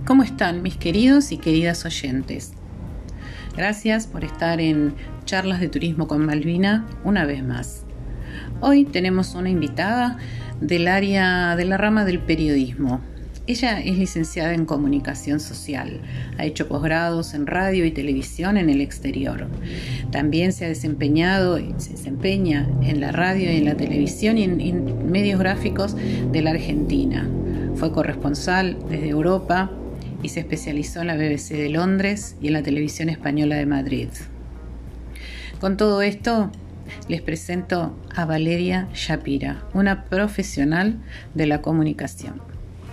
¿Cómo están mis queridos y queridas oyentes? Gracias por estar en Charlas de Turismo con Malvina una vez más. Hoy tenemos una invitada del área de la rama del periodismo. Ella es licenciada en Comunicación Social, ha hecho posgrados en radio y televisión en el exterior. También se desempeña en la radio y en la televisión y en medios gráficos de la Argentina. Fue corresponsal desde Europa y se especializó en la BBC de Londres y en la televisión española de Madrid. Con todo esto, les presento a Valeria Shapira, una profesional de la comunicación.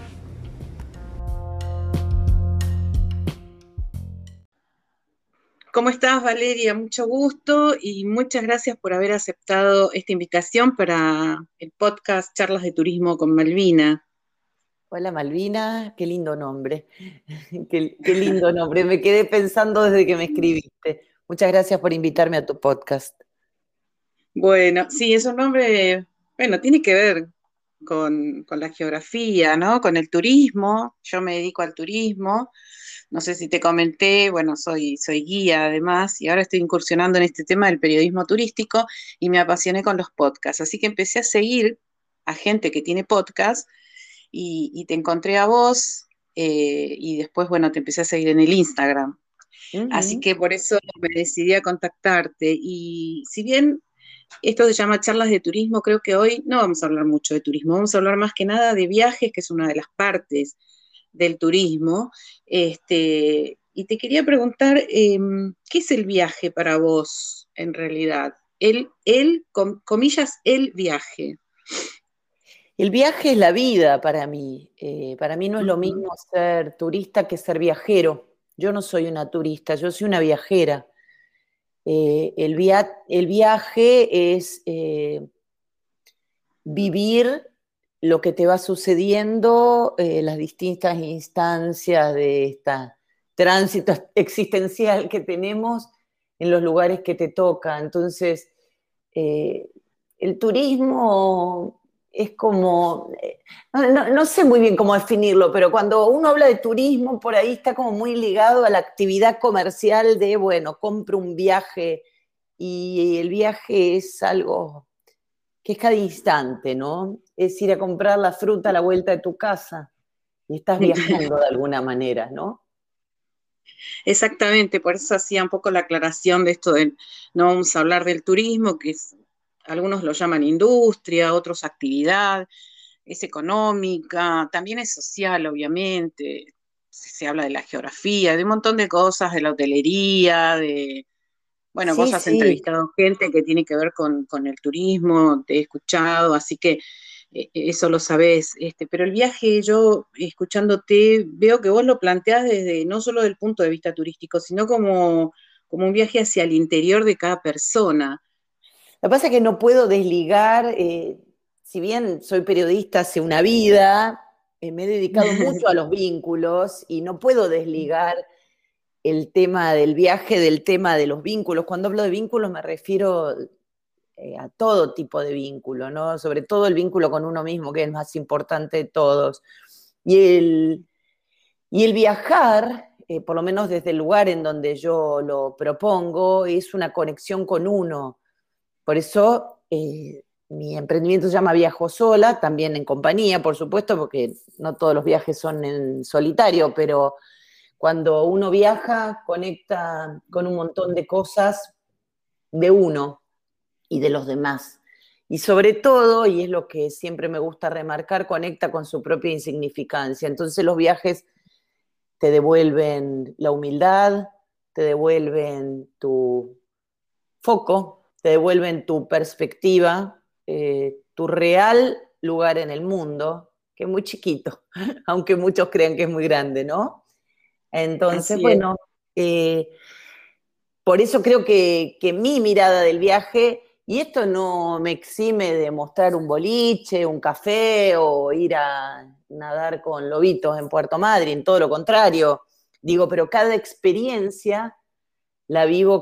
¿Cómo estás, Valeria? Mucho gusto y muchas gracias por haber aceptado esta invitación para el podcast Charlas de Turismo con Malvina. Hola Malvina, qué lindo nombre, qué lindo nombre, me quedé pensando desde que me escribiste. Muchas gracias por invitarme a tu podcast. Bueno, sí, es un nombre, bueno, tiene que ver con la geografía, ¿no? Con el turismo. Yo me dedico al turismo. No sé si te comenté, bueno, soy guía además, y ahora estoy incursionando en este tema del periodismo turístico y me apasioné con los podcasts. Así que empecé a seguir a gente que tiene podcasts y te encontré a vos y después, bueno, te empecé a seguir en el Instagram. Así que por eso me decidí a contactarte. Y si bien esto se llama charlas de turismo, creo que hoy no vamos a hablar mucho de turismo, vamos a hablar más que nada de viajes, que es una de las partes del turismo. Y te quería preguntar, ¿qué es el viaje para vos en realidad? Comillas, el viaje. El viaje es la vida para mí. Para mí no es lo Ujú. mismo ser turista que ser viajero. Yo no soy una turista, yo soy una viajera. El viaje es vivir lo que te va sucediendo, las distintas instancias de este tránsito existencial que tenemos en los lugares que te toca. Entonces, eh, el turismo es como, no sé muy bien cómo definirlo, pero cuando uno habla de turismo, por ahí está como muy ligado a la actividad comercial de, bueno, compro un viaje y el viaje es algo que es cada instante, ¿no? Es ir a comprar la fruta a la vuelta de tu casa y estás viajando de alguna manera, ¿no? Exactamente, por eso hacía un poco la aclaración de esto de no vamos a hablar del turismo, algunos lo llaman industria, otros actividad, es económica, también es social, obviamente. Se habla de la geografía, de un montón de cosas, de la hotelería, bueno, vos Sí, has sí. entrevistado gente que tiene que ver con el turismo, te he escuchado, así que eso lo sabés. Pero el viaje, yo escuchándote, veo que vos lo planteás desde no solo del punto de vista turístico, sino como un viaje hacia el interior de cada persona. Lo que pasa es que no puedo desligar, si bien soy periodista hace una vida, me he dedicado mucho a los vínculos y no puedo desligar el tema del viaje del tema de los vínculos. Cuando hablo de vínculos me refiero a todo tipo de vínculo, ¿no? Sobre todo el vínculo con uno mismo, que es el más importante de todos. Y el viajar, por lo menos desde el lugar en donde yo lo propongo, es una conexión con uno. Por eso mi emprendimiento se llama Viajo Sola, también en compañía, por supuesto, porque no todos los viajes son en solitario, pero cuando uno viaja, conecta con un montón de cosas de uno y de los demás. Y sobre todo, y es lo que siempre me gusta remarcar, conecta con su propia insignificancia. Entonces los viajes te devuelven la humildad, te devuelven tu foco, te devuelven tu perspectiva, tu real lugar en el mundo, que es muy chiquito, aunque muchos crean que es muy grande, ¿no? Entonces, Así es. bueno, eh, por eso creo que mi mirada del viaje, y esto no me exime de mostrar un boliche, un café o ir a nadar con lobitos en Puerto Madryn, todo lo contrario, digo, pero cada experiencia la vivo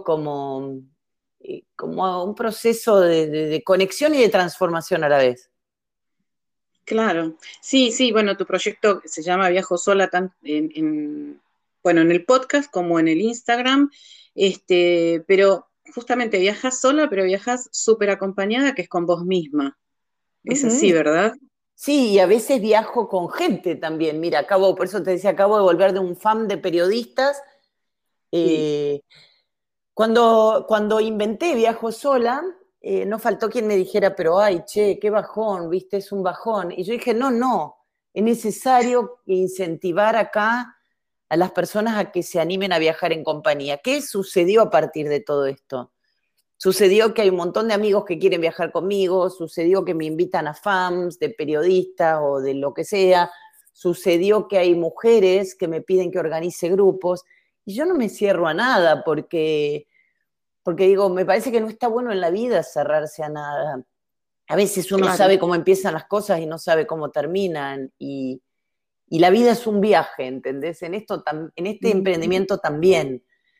como un proceso de conexión y de transformación a la vez. Claro, sí, sí, bueno, tu proyecto se llama Viajo Sola bueno, en el podcast como en el Instagram, pero justamente viajas sola, pero viajas súper acompañada, que es con vos misma. Es así, Ujú. ¿verdad? Sí, y a veces viajo con gente también. Mira, por eso te decía, acabo de volver de un FAM de periodistas. Sí. Eh, cuando inventé Viajo Sola, no faltó quien me dijera, pero ay, che, qué bajón, viste, es un bajón. Y yo dije, no, no, es necesario incentivar acá a las personas a que se animen a viajar en compañía. ¿Qué sucedió a partir de todo esto? Sucedió que hay un montón de amigos que quieren viajar conmigo, sucedió que me invitan a FAMs de periodistas o de lo que sea, sucedió que hay mujeres que me piden que organice grupos y yo no me cierro a nada porque digo, me parece que no está bueno en la vida cerrarse a nada. A veces uno Claro. sabe cómo empiezan las cosas y no sabe cómo terminan y la vida es un viaje, ¿entendés? En este Ujú. emprendimiento también.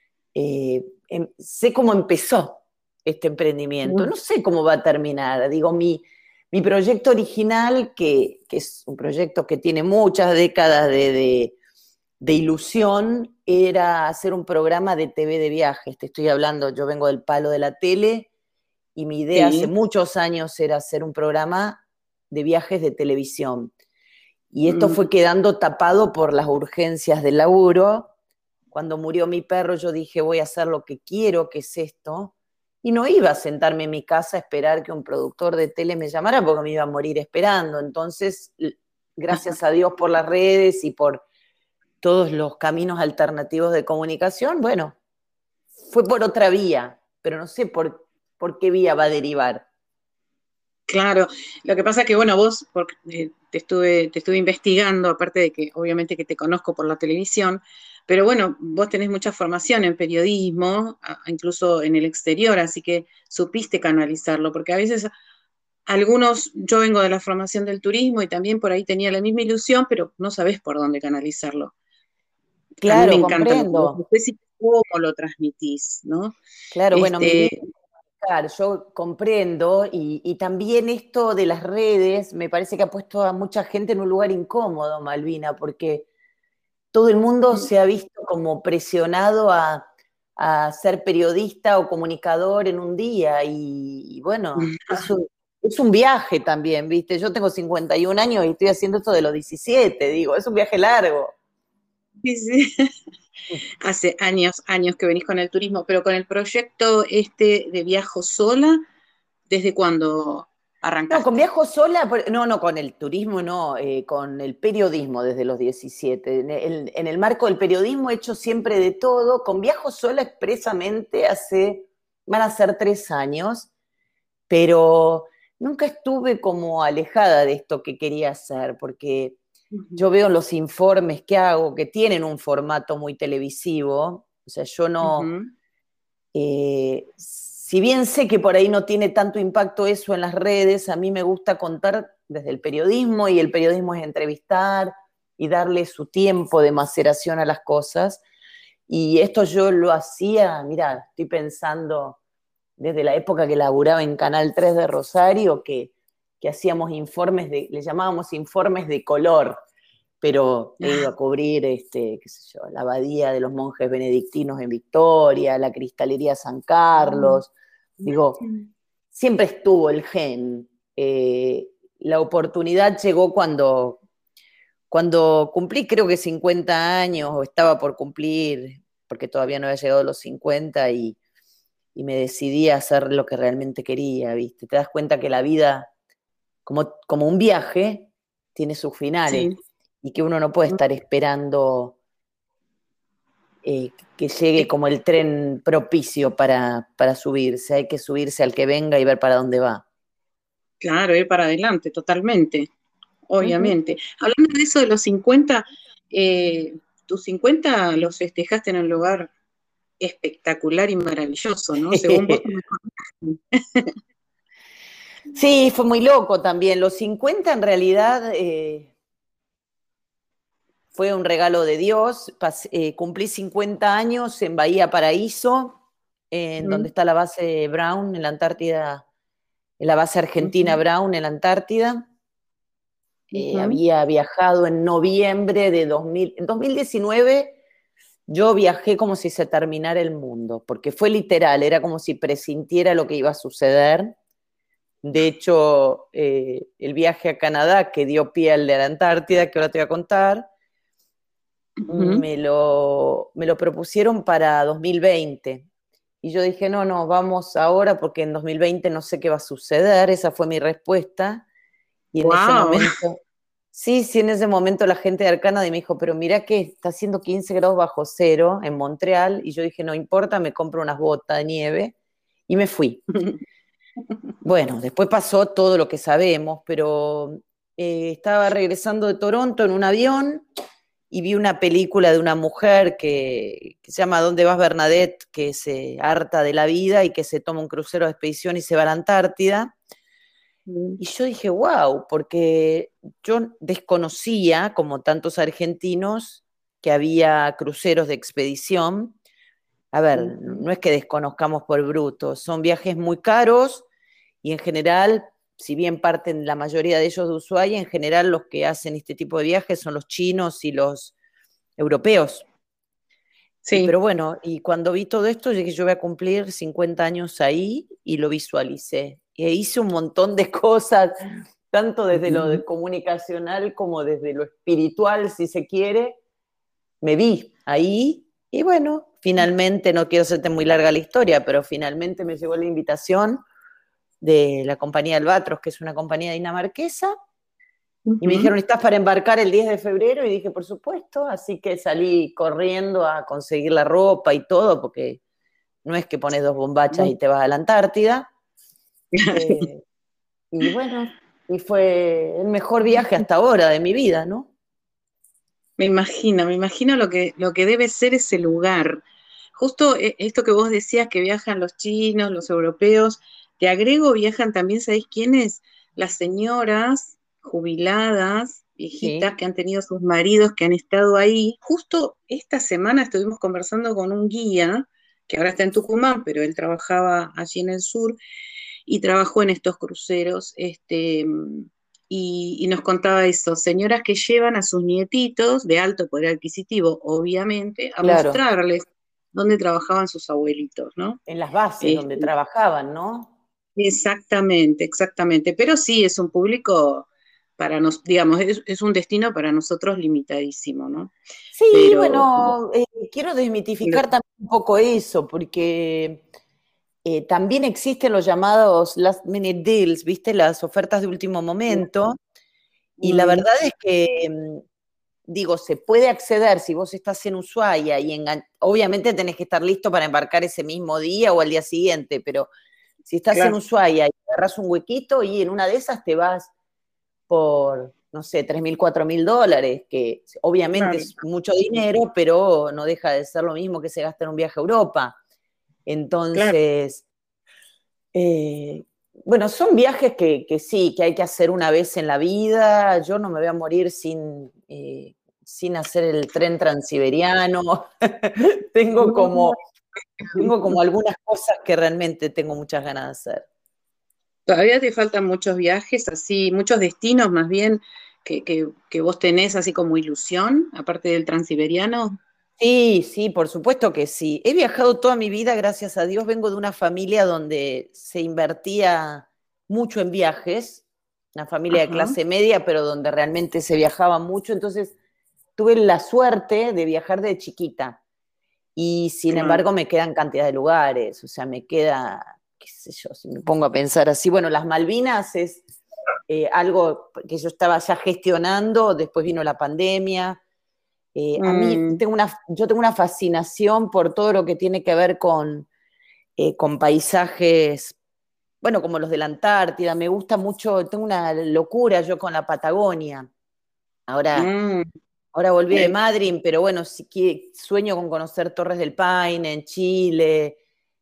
Sé cómo empezó este emprendimiento, no sé cómo va a terminar. Digo, mi proyecto original, que es un proyecto que tiene muchas décadas de ilusión, era hacer un programa de TV de viajes. Te estoy hablando, yo vengo del palo de la tele y mi idea hace Sí. muchos años era hacer un programa de viajes de televisión. Y esto Mm. fue quedando tapado por las urgencias del laburo. Cuando murió mi perro, yo dije, voy a hacer lo que quiero, que es esto. Y no iba a sentarme en mi casa a esperar que un productor de tele me llamara porque me iba a morir esperando. Entonces, gracias a Dios por las redes y por todos los caminos alternativos de comunicación, bueno, fue por otra vía, pero no sé por qué vía va a derivar. Claro, lo que pasa es que, bueno, vos, porque te estuve investigando, aparte de que obviamente que te conozco por la televisión, pero bueno, vos tenés mucha formación en periodismo, incluso en el exterior, así que supiste canalizarlo, porque a veces algunos, yo vengo de la formación del turismo y también por ahí tenía la misma ilusión, pero no sabés por dónde canalizarlo. A mí me Claro, encanta lo que vos comprendo. haces y cómo lo transmitís, ¿no? Claro, bueno, mi vida. Este, Claro, yo comprendo y también esto de las redes me parece que ha puesto a mucha gente en un lugar incómodo, Malvina, porque todo el mundo se ha visto como presionado a ser periodista o comunicador en un día y bueno, es un viaje también, ¿viste? Yo tengo 51 años y estoy haciendo esto de los 17, digo, es un viaje largo. sí, sí. Hace años, años que venís con el turismo, pero con el proyecto este de Viajo Sola, ¿desde cuándo No, con arrancaste? Viajo Sola, no, no, con el turismo no, con el periodismo desde los 17. En el marco del periodismo he hecho siempre de todo, con Viajo Sola expresamente van a ser 3 años, pero nunca estuve como alejada de esto que quería hacer, porque Ujú, yo veo los informes que hago que tienen un formato muy televisivo, o sea, yo no, ujú. si bien sé que por ahí no tiene tanto impacto eso en las redes, a mí me gusta contar desde el periodismo y el periodismo es entrevistar y darle su tiempo de maceración a las cosas. Y esto yo lo hacía, mira, estoy pensando desde la época que laburaba en Canal 3 de Rosario, que hacíamos informes le llamábamos informes de color, pero he ido a cubrir, qué sé yo, la abadía de los monjes benedictinos en Victoria, la cristalería San Carlos. Digo, siempre estuvo el gen. La oportunidad llegó cuando cumplí, creo que 50 años, o estaba por cumplir, porque todavía no había llegado a los 50, y me decidí a hacer lo que realmente quería, ¿viste? Te das cuenta que la vida, como un viaje, tiene sus finales Sí. y que uno no puede estar esperando que llegue Eh, como el tren propicio para subirse. Hay que subirse al que venga y ver para dónde va. Claro, ir para adelante, totalmente, Ujú. obviamente. Hablando de eso de los 50, tus 50 los festejaste en un lugar espectacular y maravilloso, ¿no? Según vos. Sí, fue muy loco también. Los 50 en realidad fue un regalo de Dios. Cumplí 50 años en Bahía Paraíso, en donde Mm, está la base Brown en la Antártida, en la base argentina ujú. Brown en la Antártida. Ujú. Había viajado en noviembre de 2019. Yo viajé como si se terminara el mundo, porque fue literal, era como si presintiera lo que iba a suceder. De hecho, el viaje a Canadá que dio pie al de la Antártida, que ahora te voy a contar, Ujú. me lo propusieron para 2020. Y yo dije, no, no, vamos ahora porque en 2020 no sé qué va a suceder. Esa fue mi respuesta. Y en ese Wow. momento, sí, sí, en ese momento la gente de Arcana me dijo, pero mira que está haciendo 15 grados bajo cero en Montreal. Y yo dije, no importa, me compro unas botas de nieve y me fui. Bueno, después pasó todo lo que sabemos, pero estaba regresando de Toronto en un avión y vi una película de una mujer que se llama ¿Dónde vas, Bernadette?, que se harta de la vida y que se toma un crucero de expedición y se va a la Antártida. Y yo dije, wow, porque yo desconocía, como tantos argentinos, que había cruceros de expedición. A ver, Ujú. no es que desconozcamos por bruto, son viajes muy caros y en general, si bien parten la mayoría de ellos de Ushuaia, en general los que hacen este tipo de viajes son los chinos y los europeos. Sí. Pero bueno, y cuando vi todo esto, dije, yo voy a cumplir 50 años ahí y lo visualicé. E hice un montón de cosas, tanto desde lo Ujú. comunicacional como desde lo espiritual, si se quiere. Me vi ahí y bueno, finalmente, no quiero hacerte muy larga la historia, pero finalmente me llegó la invitación de la compañía Albatros, que es una compañía dinamarquesa, y me Ujú. dijeron, ¿estás para embarcar el 10 de febrero? Y dije, por supuesto, así que salí corriendo a conseguir la ropa y todo, porque no es que pones dos bombachas y te vas a la Antártida. Eh, y bueno, y fue el mejor viaje hasta ahora de mi vida, ¿no? Me imagino lo que debe ser ese lugar. Justo esto que vos decías, que viajan los chinos, los europeos, te agrego, viajan también, ¿sabéis quiénes? Las señoras jubiladas, viejitas, Sí, que han tenido sus maridos, que han estado ahí. Justo esta semana estuvimos conversando con un guía, que ahora está en Tucumán, pero él trabajaba allí en el sur, y trabajó en estos cruceros, y nos contaba eso, señoras que llevan a sus nietitos de alto poder adquisitivo, obviamente, a claro, mostrarles dónde trabajaban sus abuelitos, ¿no? en las bases donde Este, trabajaban, ¿no? exactamente, exactamente, pero sí es un público para nos, digamos, es un destino para nosotros limitadísimo, ¿no? Sí, Pero, bueno, quiero desmitificar también un poco eso, porque también existen los llamados last minute deals, ¿viste? Las ofertas de último momento. Y la mm, verdad es que, digo, se puede acceder si vos estás en Ushuaia y obviamente tenés que estar listo para embarcar ese mismo día o al día siguiente, pero si estás en claro, Ushuaia y agarras un huequito y en una de esas te vas por, no sé, 3.000, $4.000, que obviamente claro, es mucho dinero, pero no deja de ser lo mismo que se gasta en un viaje a Europa. claro. Entonces, eh, bueno, son viajes que sí, que hay que hacer una vez en la vida. Yo no me voy a morir sin hacer el tren transiberiano. tengo No. como, tengo como algunas cosas que realmente tengo muchas ganas de hacer. Todavía te faltan muchos viajes, así, muchos destinos más bien que vos tenés así como ilusión, aparte del transiberiano. Sí, sí, por supuesto que sí. He viajado toda mi vida, gracias a Dios. Vengo de una familia donde se invertía mucho en viajes, una familia de Ajá, clase media, pero donde realmente se viajaba mucho. Entonces, tuve la suerte de viajar de chiquita y sin claro. embargo me quedan cantidad de lugares, o sea, me queda, qué sé yo, si me pongo a pensar así, bueno, las Malvinas es algo que yo estaba ya gestionando, después vino la pandemia. A mí Mm, yo tengo una fascinación por todo lo que tiene que ver con paisajes, bueno, como los de la Antártida, me gusta mucho, tengo una locura yo con la Patagonia. Ahora, mm, ahora volví de eh, Madrid, pero bueno, sí que sueño con conocer Torres del Paine en Chile.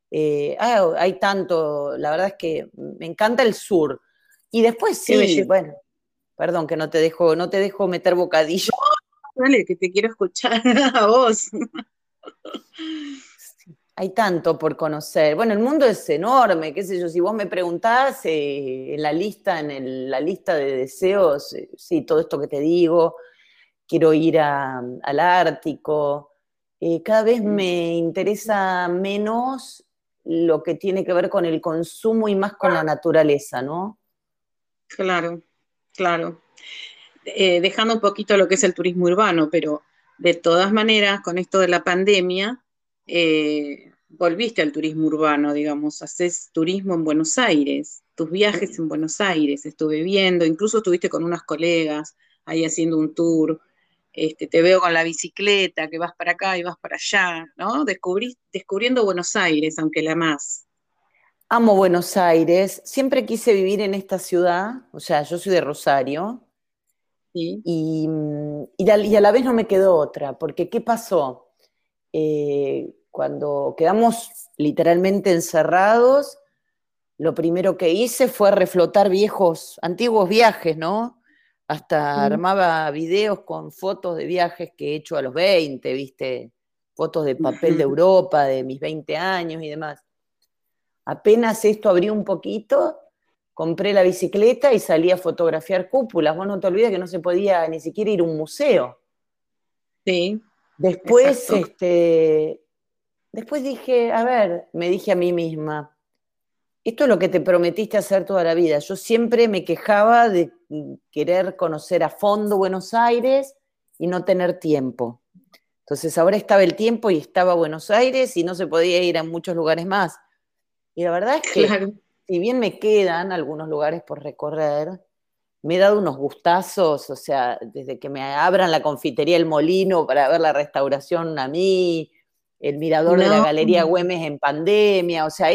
Hay tanto, la verdad es que me encanta el sur. Y después qué sí, belleza. bueno, perdón que no te dejo meter bocadillo. Dale, que te quiero escuchar a vos. hay tanto por conocer. Bueno, el mundo es enorme, qué sé yo, si vos me preguntás en la lista, la lista de deseos, sí, todo esto que te digo, quiero ir al Ártico. Cada vez me interesa menos lo que tiene que ver con el consumo y más con la naturaleza, ¿no? Claro, claro. Dejando un poquito lo que es el turismo urbano, pero de todas maneras, con esto de la pandemia, volviste al turismo urbano, digamos, haces turismo en Buenos Aires, tus viajes en Buenos Aires, estuve viendo, incluso estuviste con unas colegas ahí haciendo un tour, te veo con la bicicleta, que vas para acá y vas para allá, ¿no? Descubriendo Buenos Aires, aunque la más. Amo Buenos Aires, siempre quise vivir en esta ciudad, o sea, yo soy de Rosario, ¿Sí? y a la vez no me quedó otra, porque ¿qué pasó? Cuando quedamos literalmente encerrados, lo primero que hice fue reflotar viejos, antiguos viajes, ¿no? Hasta Mm. armaba videos con fotos de viajes que he hecho a los 20, ¿viste? Fotos de papel de Ujú. Europa, de mis 20 años y demás. Apenas esto abrió un poquito, compré la bicicleta y salí a fotografiar cúpulas. Vos no te olvides que no se podía ni siquiera ir a un museo. Sí, Después, exacto. después dije, a ver, me dije a mí misma, esto es lo que te prometiste hacer toda la vida. Yo siempre me quejaba de querer conocer a fondo Buenos Aires y no tener tiempo. Entonces ahora estaba el tiempo y estaba Buenos Aires y no se podía ir a muchos lugares más. Y la verdad es que, Claro. si bien me quedan algunos lugares por recorrer, me he dado unos gustazos, o sea, desde que me abran la confitería El Molino para ver la restauración a mí, el mirador de la No. Galería Güemes en pandemia, o sea,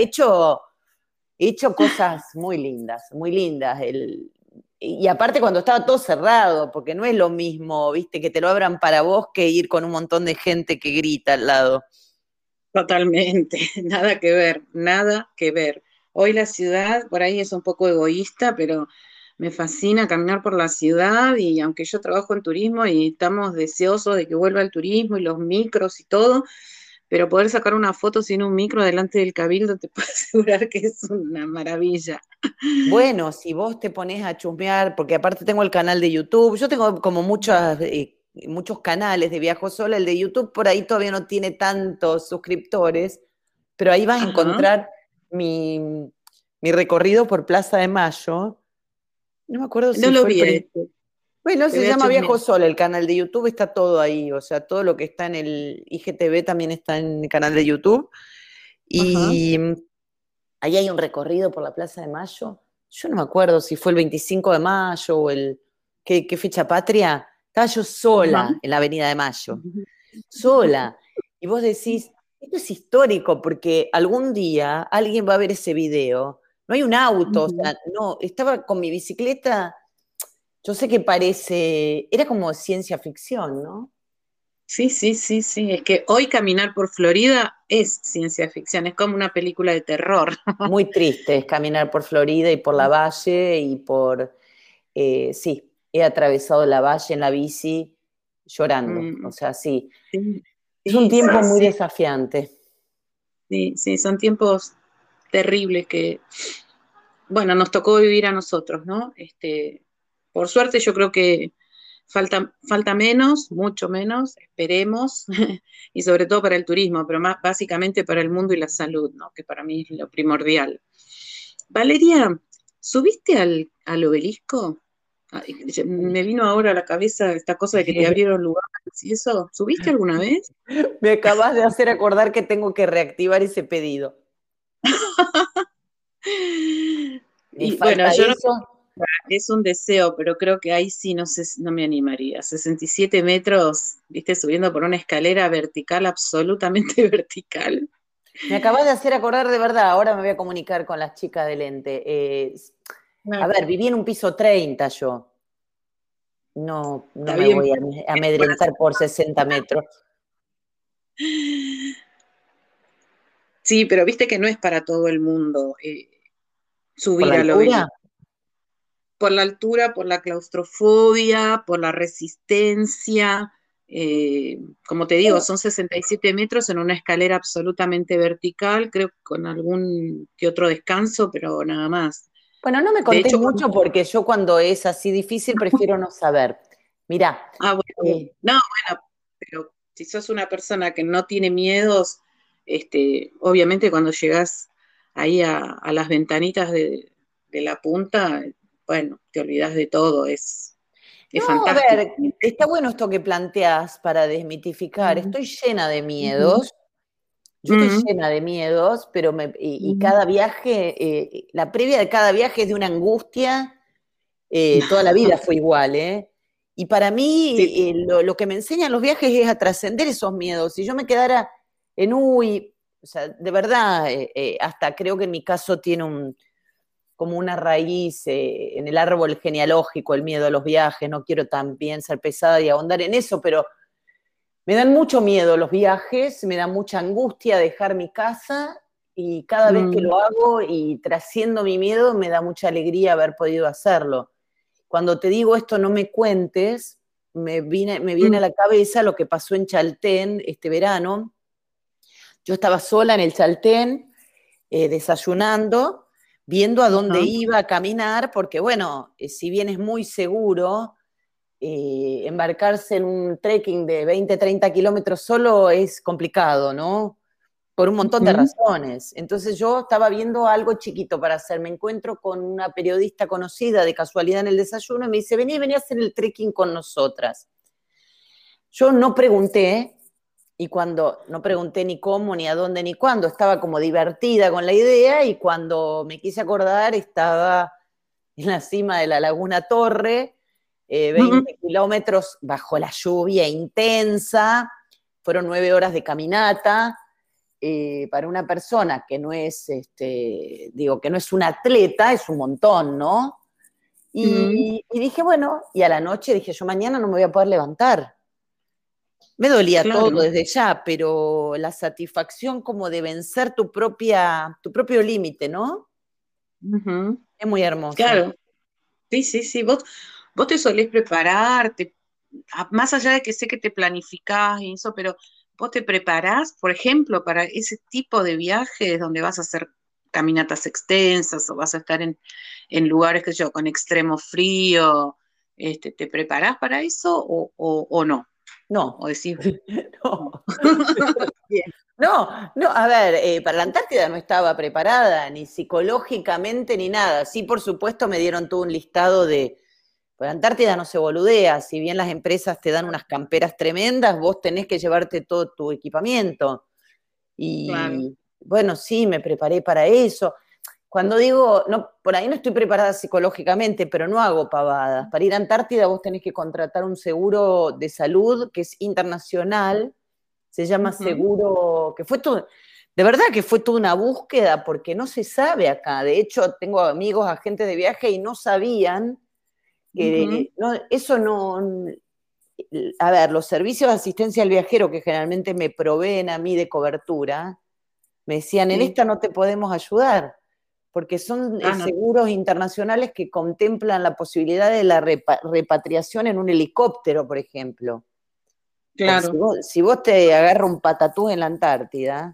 he hecho cosas muy lindas, muy lindas. Y aparte cuando estaba todo cerrado, porque no es lo mismo, viste, que te lo abran para vos que ir con un montón de gente que grita al lado. Totalmente, nada que ver, nada que ver. Hoy la ciudad por ahí es un poco egoísta, pero me fascina caminar por la ciudad y aunque yo trabajo en turismo y estamos deseosos de que vuelva el turismo y los micros y todo, pero poder sacar una foto sin un micro delante del cabildo te puedo asegurar que es una maravilla. Bueno, si vos te pones a chusmear, porque aparte tengo el canal de YouTube, yo tengo como muchos canales de Viajo Sola, el de YouTube por ahí todavía no tiene tantos suscriptores, pero ahí vas a Ajá, encontrar mi recorrido por Plaza de Mayo. No me acuerdo no si lo fue el vi a primer. este, Bueno, te se voy a llama chusmear. Viajo Sola, el canal de YouTube está todo ahí, o sea, todo lo que está en el IGTV también está en el canal de YouTube. Ajá, Y ahí hay un recorrido por la Plaza de Mayo. Yo no me acuerdo si fue el 25 de mayo o ¿qué fecha patria? Estaba yo ajá. sola en la Avenida de Mayo, sola. Y vos decís, esto es histórico porque algún día alguien va a ver ese video. No hay un auto, o Ujú. sea, no, estaba con mi bicicleta. Yo sé que parece, era como ciencia ficción, ¿no? Sí, sí, sí, sí. Es que hoy caminar por Florida es ciencia ficción, es como una película de terror. Muy triste es caminar por Florida y por la Valle y sí, he atravesado la Valle en la bici llorando, o Mm, sea, sí, sí, es un sí, sí, tiempo muy sí, desafiante. sí, sí, son tiempos terribles que, bueno, nos tocó vivir a nosotros, ¿no? Por suerte yo creo que falta menos, mucho menos, esperemos, y sobre todo para el turismo, pero más básicamente para el mundo y la salud, ¿no? Que para mí es lo primordial. Valeria, ¿subiste al obelisco? Ay, me vino ahora a la cabeza esta cosa de que te abrieron lugares y eso. ¿Subiste alguna vez? Me acabas de hacer acordar que tengo que reactivar ese pedido. Me Y bueno, falta yo no, eso. es un deseo, pero creo que ahí sí no sé, no me animaría. 67 metros, viste, subiendo por una escalera vertical, absolutamente vertical. Me acabas de hacer acordar de verdad, ahora me voy a comunicar con las chicas de lente. A Claro, ver, viví en un piso 30 yo. No, no está me bien. voy a amedrentar por 60 metros. Sí, pero viste que no es para todo el mundo ¿Por la subir al altura? obelisco. Por la altura, por la claustrofobia, por la resistencia. Como te digo, son 67 metros en una escalera absolutamente vertical, creo que con algún que otro descanso, pero nada más. Bueno, no me De contés hecho, mucho porque yo cuando es así difícil prefiero no saber. Mirá, bueno, no, bueno, pero si sos una persona que no tiene miedos, obviamente cuando llegás ahí a las ventanitas de la punta, bueno, te olvidás de todo, es no, a fantástico. ver, está bueno esto que planteás para desmitificar. Mm, Estoy llena de ujú, miedos. Yo estoy mm, llena de miedos, pero y mm. cada viaje, la previa de cada viaje es de una angustia. Toda la vida fue igual, ¿eh? Y para mí, Sí, lo que me enseñan los viajes es a trascender esos miedos. Si yo me quedara en uy, o sea, de verdad, hasta creo que en mi caso tiene como una raíz en el árbol genealógico, el miedo a los viajes. No quiero también ser pesada y ahondar en eso, pero me dan mucho miedo los viajes, me da mucha angustia dejar mi casa y cada vez que mm, lo hago y trasciendo mi miedo, me da mucha alegría haber podido hacerlo. Cuando te digo esto, no me cuentes, me viene mm, a la cabeza lo que pasó en Chaltén este verano. Yo estaba sola en el Chaltén, desayunando, viendo a dónde ajá, iba a caminar, porque bueno, si bien es muy seguro, embarcarse en un trekking de 20, 30 kilómetros solo es complicado, ¿no? Por un montón de ujú, razones. Entonces yo estaba viendo algo chiquito para hacer. Me encuentro con una periodista conocida de casualidad en el desayuno y me dice, vení a hacer el trekking con nosotras. Yo no pregunté, y cuando no pregunté ni cómo, ni a dónde, ni cuándo, estaba como divertida con la idea y cuando me quise acordar estaba en la cima de la Laguna Torre, ujú, 20 kilómetros bajo la lluvia intensa, fueron 9 horas de caminata. Para una persona que no es, digo, que no es un atleta, es un montón, ¿no? ujú. Y dije, bueno, y a la noche dije, yo mañana no me voy a poder levantar. Me dolía todo Claro, desde ya, pero la satisfacción como de vencer tu propio límite, ¿no? ujú, Es muy hermoso. claro. Sí, sí, sí. Vos te solés preparar, más allá de que sé que te planificás y eso, pero vos te preparás, por ejemplo, para ese tipo de viajes donde vas a hacer caminatas extensas o vas a estar en lugares que yo, con extremo frío, ¿te preparás para eso o no? No, O decís, no. no. Bien. No, no, a ver, para la Antártida no estaba preparada, ni psicológicamente ni nada. Sí, por supuesto, me dieron todo un listado de. Para la Antártida no se boludea, si bien las empresas te dan unas camperas tremendas, vos tenés que llevarte todo tu equipamiento. Claro. Y bueno, sí, me preparé para eso. Cuando digo, no, por ahí no estoy preparada psicológicamente, pero no hago pavadas. Para ir a Antártida vos tenés que contratar un seguro de salud que es internacional, se llama Ujú, seguro, que fue todo, de verdad que fue toda una búsqueda porque no se sabe acá. De hecho, tengo amigos, agentes de viaje y no sabían ujú, que no, eso no, a ver, los servicios de asistencia al viajero que generalmente me proveen a mí de cobertura, me decían, en sí. esta no te podemos ayudar, porque son Ah, no, seguros internacionales que contemplan la posibilidad de la repatriación en un helicóptero, por ejemplo. Porque si claro. vos, si vos te agarra un patatús en la Antártida,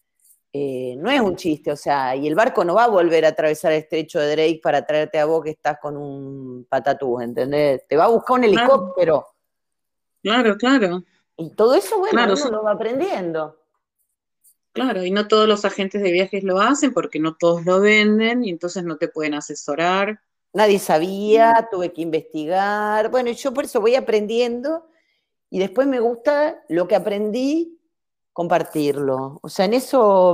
no es un chiste, o sea, y el barco no va a volver a atravesar el estrecho de Drake para traerte a vos que estás con un patatús, ¿entendés? Te va a buscar un Claro, helicóptero. claro, claro, Y todo eso, bueno, claro, uno sí, lo va aprendiendo. claro. Y no todos los agentes de viajes lo hacen porque no todos lo venden y entonces no te pueden asesorar. Nadie Y, sabía, tuve que investigar. Bueno, yo por eso voy aprendiendo y después me gusta lo que aprendí, compartirlo. O sea, en eso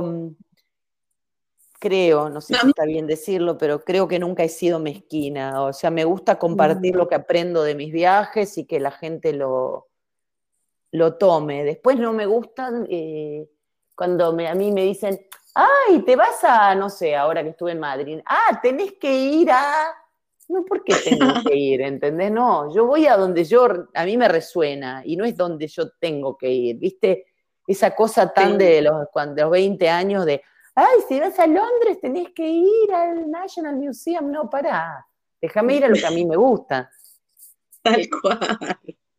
creo, no sé no, si está bien decirlo, pero creo que nunca he sido mezquina. O sea, me gusta compartir lo que aprendo de mis viajes y que la gente lo tome. Después no me gustan cuando a mí me dicen, ay, te vas a, no sé, ahora que estuve en Madrid, tenés que ir a. No, ¿por qué tengo que ir? ¿Entendés? No, yo voy a donde a mí me resuena y no es donde yo tengo que ir, ¿viste? Esa cosa tan sí, de los 20 años de, ay, si vas a Londres tenés que ir al National Museum. No, pará, déjame ir a lo que a mí me gusta. tal cual,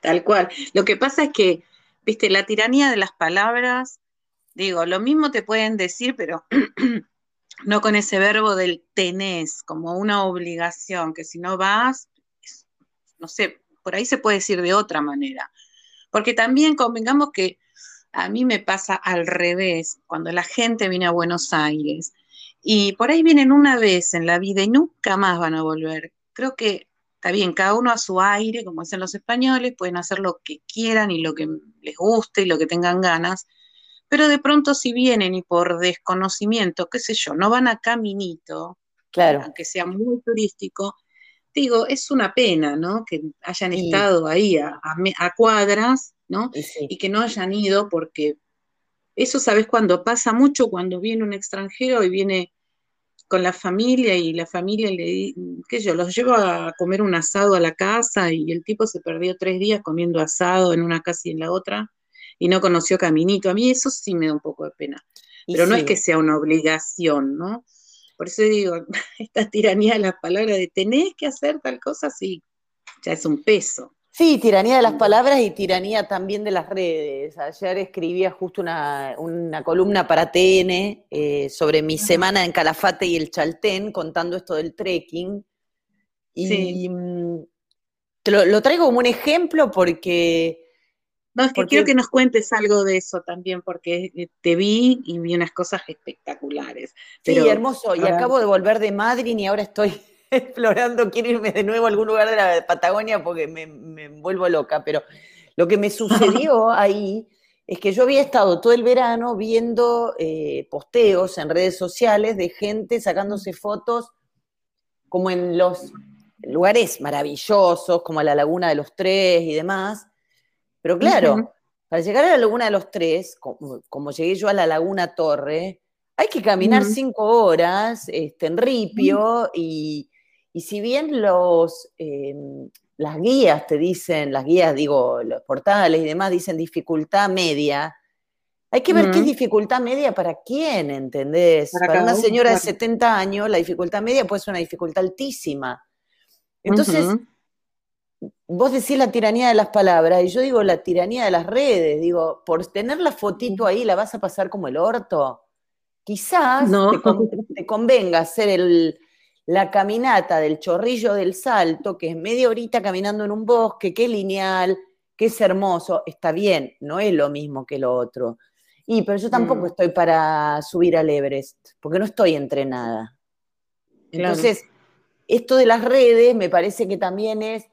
Tal cual. Lo que pasa es que, viste, la tiranía de las palabras, digo, lo mismo te pueden decir, pero no con ese verbo del tenés, como una obligación, que si no vas, no sé, por ahí se puede decir de otra manera. Porque también convengamos que a mí me pasa al revés, cuando la gente viene a Buenos Aires y por ahí vienen una vez en la vida y nunca más van a volver. Creo que está bien, cada uno a su aire, como dicen los españoles, pueden hacer lo que quieran y lo que les guste y lo que tengan ganas, pero de pronto si vienen y por desconocimiento, qué sé yo, no van a Caminito, Claro. aunque sea muy turístico, digo, es una pena, ¿no? Que hayan Y, estado ahí a cuadras, ¿no? y sí. Y que no hayan ido porque eso, ¿sabes cuando pasa mucho? Cuando viene un extranjero y viene con la familia y la familia qué sé yo, los lleva a comer un asado a la casa y el tipo se perdió 3 días comiendo asado en una casa y en la otra y no conoció Caminito. A mí eso sí me da un poco de pena, Y pero no es que sí. sea una obligación, ¿no? Por eso digo, esta tiranía de las palabras de tenés que hacer tal cosa, sí, ya es un peso. Sí, tiranía de las palabras y tiranía también de las redes. Ayer escribía justo una columna para TN sobre mi semana en Calafate y el Chaltén, contando esto del trekking. Sí, Y lo traigo como un ejemplo no, es que quiero porque que nos cuentes algo de eso también, porque te vi y vi unas cosas espectaculares, sí, pero hermoso. Y ahora, acabo de volver de Madrid y ahora estoy explorando, quiero irme de nuevo a algún lugar de la Patagonia porque me vuelvo loca. Pero lo que me sucedió ahí es que yo había estado todo el verano viendo posteos en redes sociales de gente sacándose fotos como en los lugares maravillosos, como la Laguna de los Tres y demás. Pero claro, ujú, para llegar a la Laguna de los Tres, como llegué yo a la Laguna Torre, hay que caminar ujú, 5 horas en ujú, ripio y si bien las guías te dicen, las guías, digo, los portales y demás dicen dificultad media, hay que ver qué es ujú, dificultad media para quién, ¿entendés? para Para una cada uno, señora de claro. 70 años, la dificultad media puede ser una dificultad altísima. Entonces, Ujú, vos decís la tiranía de las palabras y yo digo la tiranía de las redes. Digo, por tener la fotito ahí la vas a pasar como el orto. Quizás no, te convenga hacer la caminata del Chorrillo del Salto, que es media horita caminando en un bosque, que es lineal, que es hermoso. Está bien, no es lo mismo que lo otro. Pero yo tampoco mm, estoy para subir al Everest, porque no estoy entrenada. claro. Entonces, esto de las redes me parece que también es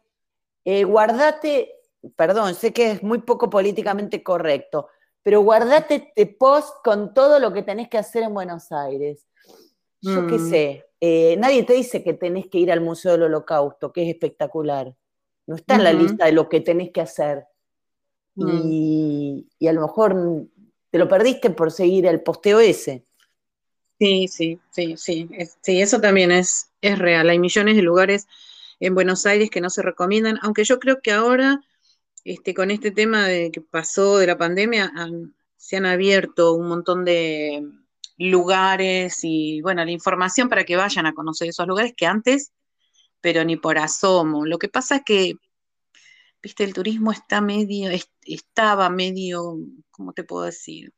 guardate, perdón, sé que es muy poco políticamente correcto, pero guardate este post con todo lo que tenés que hacer en Buenos Aires. Yo qué Mm, sé, nadie te dice que tenés que ir al Museo del Holocausto, que es espectacular. No está en la ujú, lista de lo que tenés que hacer. mm. Y a lo mejor te lo perdiste por seguir el posteo ese. Sí, sí, sí, sí, sí, eso también es real. Hay millones de lugares en Buenos Aires que no se recomiendan, aunque yo creo que ahora, con este tema de que pasó de la pandemia, se han abierto un montón de lugares y, bueno, la información para que vayan a conocer esos lugares que antes, pero ni por asomo. Lo que pasa es que, viste, el turismo estaba medio, ¿cómo te puedo decir?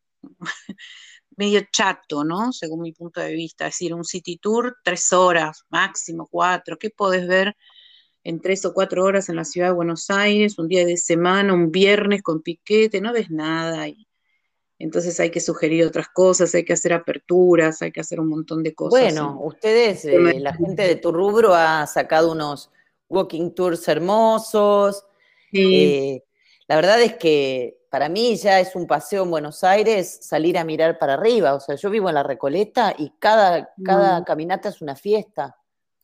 Medio chato, ¿no? Según mi punto de vista. Es decir, un city tour, 3 horas, máximo 4. ¿Qué podés ver en 3 o 4 horas en la ciudad de Buenos Aires? Un día de semana, un viernes con piquete, no ves nada. Y entonces hay que sugerir otras cosas, hay que hacer aperturas, hay que hacer un montón de cosas. Bueno, ustedes, la gente de tu rubro ha sacado unos walking tours hermosos. Sí, Eh, la verdad es que para mí ya es un paseo en Buenos Aires salir a mirar para arriba. O sea, yo vivo en la Recoleta y cada mm, caminata es una fiesta.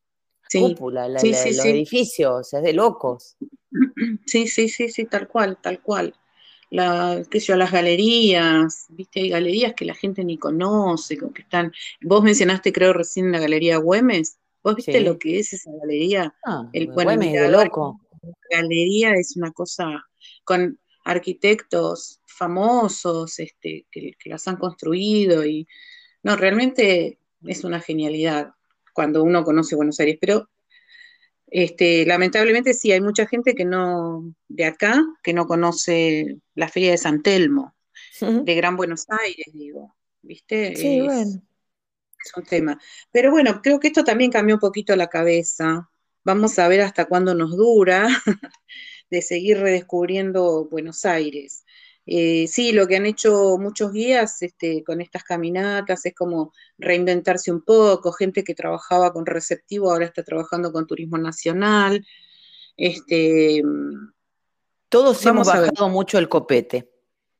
sí, Cúpula, sí, sí, los sí. edificios, o sea, es de locos. Sí, sí, sí, sí, tal cual, tal cual. Qué sé yo, las galerías, viste, hay galerías que la gente ni conoce, como que están. Vos mencionaste, creo, recién la Galería Güemes. ¿Vos viste lo Sí. que es esa galería? Ah, Bueno, el Güemes es de mirador, loco. la galería es una cosa con arquitectos famosos, que las han construido y no, realmente es una genialidad cuando uno conoce Buenos Aires. Pero Lamentablemente sí, hay mucha gente que no, de acá, que no conoce la Feria de San Telmo, de Gran Buenos Aires, digo, Sí, ¿viste? bueno. Es un tema. Pero bueno, creo que esto también cambió un poquito la cabeza. Vamos a ver hasta cuándo nos dura de seguir redescubriendo Buenos Aires. Sí, lo que han hecho muchos guías con estas caminatas es como reinventarse un poco, gente que trabajaba con receptivo ahora está trabajando con turismo nacional. Este, Todos hemos vamos a ver. bajado mucho el copete.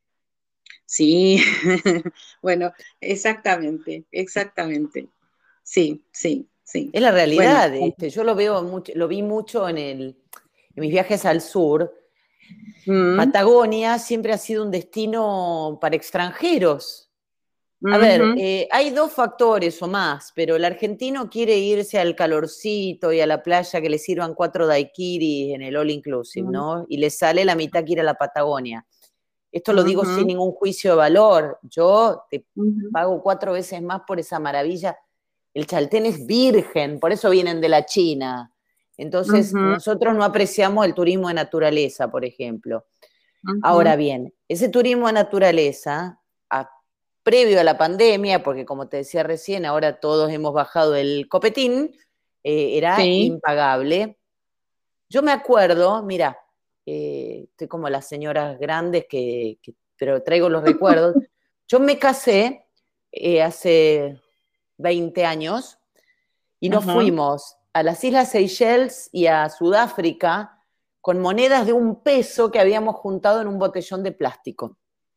Sí, bueno, exactamente, exactamente. Sí, sí, sí. Es la Bueno, realidad. Yo lo veo mucho, lo vi mucho en mis viajes al sur. mm, Patagonia siempre ha sido un destino para extranjeros. A ver, ujú, hay dos factores o más, pero el argentino quiere irse al calorcito y a la playa que le sirvan 4 daiquiris en el all inclusive, mm, ¿no? Y le sale la mitad que ir a la Patagonia. Esto lo digo sin ujú, ningún juicio de valor. Yo te ujú, pago 4 veces más por esa maravilla. El Chaltén es virgen, por eso vienen de la China. Entonces, ujú, nosotros no apreciamos el turismo de naturaleza, por ejemplo. ujú. Ahora bien, ese turismo de naturaleza, a- previo a la pandemia, porque como te decía recién, ahora todos hemos bajado el copetín, era Sí, impagable. Yo me acuerdo, mira, estoy como las señoras grandes pero traigo los recuerdos. Yo me casé hace 20 años y nos ajá, fuimos a las Islas Seychelles y a Sudáfrica con monedas de 1 peso que habíamos juntado en un botellón de plástico,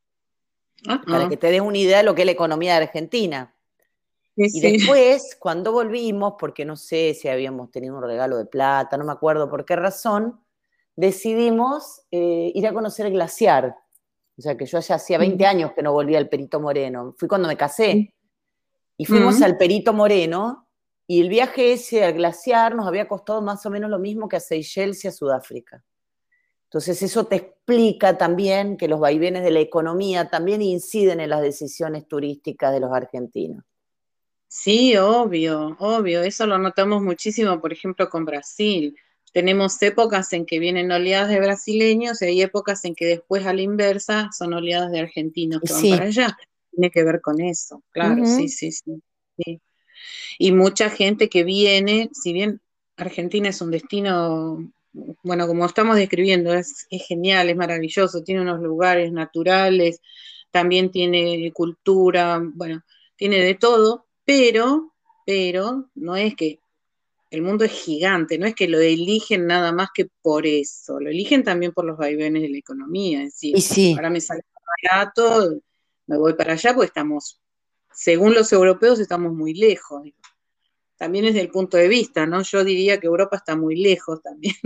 para ajá. que te des una idea de lo que es la economía de Argentina. Sí, Y sí. después, cuando volvimos, porque no sé si habíamos tenido un regalo de plata, no me acuerdo por qué razón, decidimos ir a conocer el glaciar. O sea, que yo ya hacía 20 Mm, años que no volvía al Perito Moreno. Fui cuando me casé. Y fuimos mm. al Perito Moreno y el viaje ese al glaciar nos había costado más o menos lo mismo que a Seychelles y a Sudáfrica. Entonces eso te explica también que los vaivenes de la economía también inciden en las decisiones turísticas de los argentinos. Sí, obvio, obvio. Eso lo notamos muchísimo, por ejemplo, con Brasil. Tenemos épocas en que vienen oleadas de brasileños y hay épocas en que después a la inversa son oleadas de argentinos Y que van para sí, allá. Tiene que ver con eso, claro, sí, ujú, sí, sí, sí. Y mucha gente que viene, si bien Argentina es un destino, bueno, como estamos describiendo, es genial, es maravilloso, tiene unos lugares naturales, también tiene cultura, bueno, tiene de todo, pero no es que el mundo es gigante, no es que lo eligen nada más que por eso, lo eligen también por los vaivenes de la economía, es decir, y sí, ahora me sale más barato, me voy para allá, pues estamos, según los europeos, estamos muy lejos. También es del punto de vista, ¿no? Yo diría que Europa está muy lejos también,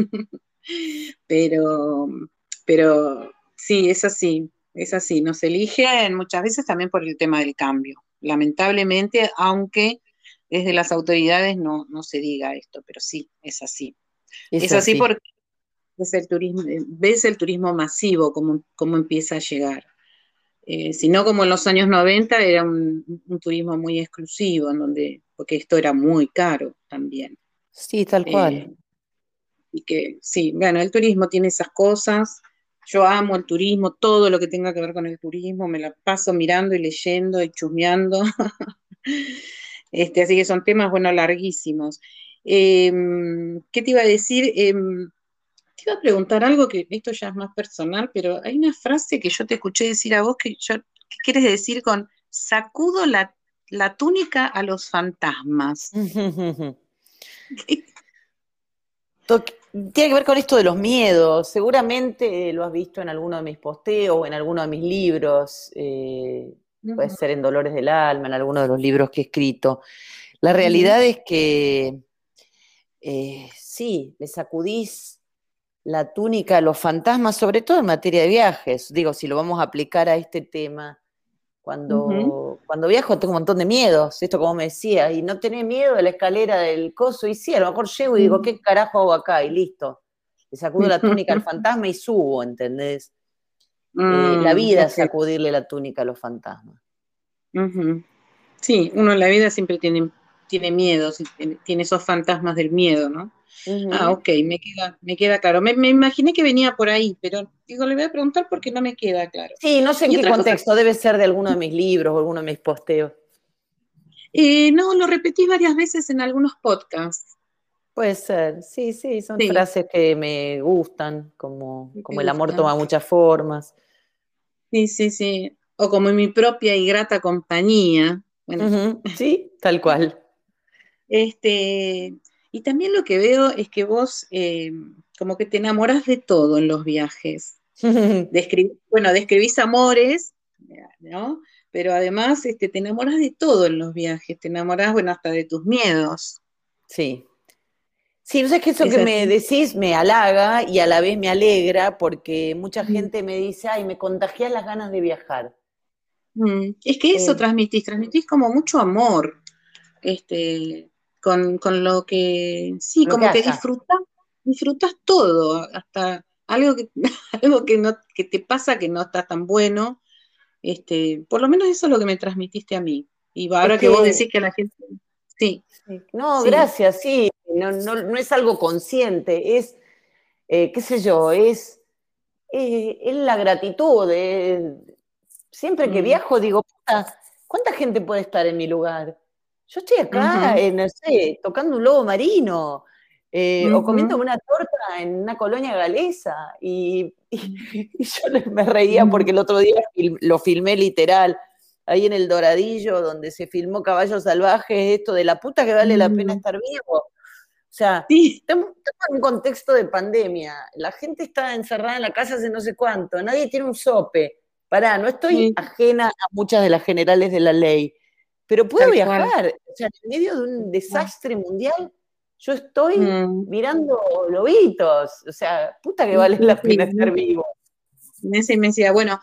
pero, pero sí, es así, nos eligen muchas veces también por el tema del cambio, lamentablemente, aunque desde las autoridades no se diga esto, pero sí, es así. es Es así así. porque ves el turismo masivo, como empieza a llegar. Si no, como en los años 90 era un turismo muy exclusivo, en donde, porque esto era muy caro también. Sí, tal cual. Eh, y que sí, bueno, el turismo tiene esas cosas. Yo amo el turismo, todo lo que tenga que ver con el turismo, me la paso mirando y leyendo y chusmeando. Así que son temas, bueno, larguísimos. Eh, ¿Qué te iba a decir? Te iba a preguntar algo que esto ya es más personal, pero hay una frase que yo te escuché decir a vos ¿qué quieres decir con sacudo la túnica a los fantasmas? Tiene que ver con esto de los miedos. Seguramente lo has visto en alguno de mis posteos o en alguno de mis libros. Puede Ujú, ser en Dolores del Alma, en alguno de los libros que he escrito. La ujú, realidad es que sí, le sacudís la túnica a los fantasmas, sobre todo en materia de viajes. Digo, si lo vamos a aplicar a este tema, ujú, cuando viajo tengo un montón de miedos, esto como me decía, y no tenés miedo de la escalera del coso, y sí, a lo mejor llego y digo, ujú. ¿qué carajo hago acá? Y listo. Le sacudo la túnica al fantasma y subo, ¿entendés? La vida es Ok. sacudirle la túnica a los fantasmas. Ujú. Sí, uno en la vida siempre tiene miedos, tiene esos fantasmas del miedo, ¿no? Ah, Ujú. ok, me queda claro. Me imaginé que venía por ahí, pero digo, le voy a preguntar porque no me queda claro. Sí, no sé en Y qué otra cosa, contexto, debe ser de alguno de mis libros o alguno de mis posteos. no, lo repetí varias veces en algunos podcasts. Puede ser, sí, sí, son Sí, frases que me gustan, como me el amor gustan. toma muchas formas. Sí, sí, sí. O como en mi propia y grata compañía. Bueno, Ujú, sí, tal cual. este, y también lo que veo es que vos como que te enamorás de todo en los viajes. Bueno, describís amores, ¿no? Pero además te enamoras de todo en los viajes, te enamoras, bueno, hasta de tus miedos. Sí. Sí, no sé, es que eso ¿Es que me así? decís me halaga y a la vez me alegra porque mucha Mm. gente me dice, ay, me contagias las ganas de viajar. Es que eso Eh, transmitís como mucho amor, este, con lo que, sí, lo que como que haya. disfrutas todo, hasta algo que, algo que no, que te pasa que no está tan bueno, por lo menos eso es lo que me transmitiste a mí. Y Es ahora que vos decís que, que la gente, sí, sí, no, sí. gracias, sí, no, no, no es algo consciente, es, qué sé yo, es la gratitud. Siempre que Mm, viajo digo, puta, ¿cuánta gente puede estar en mi lugar? Yo estoy acá, ujú, no sé, tocando un lobo marino, o comiéndome ujú, una torta en una colonia galesa. Y yo me reía ujú, porque el otro día lo filmé literal, ahí en el Doradillo, donde se filmó Caballos Salvajes, esto de la puta que vale la pena ujú. estar vivo. O sea, Sí, estamos en un contexto de pandemia. La gente está encerrada en la casa hace no sé cuánto. Nadie tiene un sope. Pará, no estoy sí, ajena a muchas de las generales de la ley, pero puedo tal cual. viajar. O sea, en medio de un desastre mundial, yo estoy Mm, mirando lobitos. O sea, puta que sí, vale sí, la sí, pena estar vivo. en esa inmensidad. Bueno,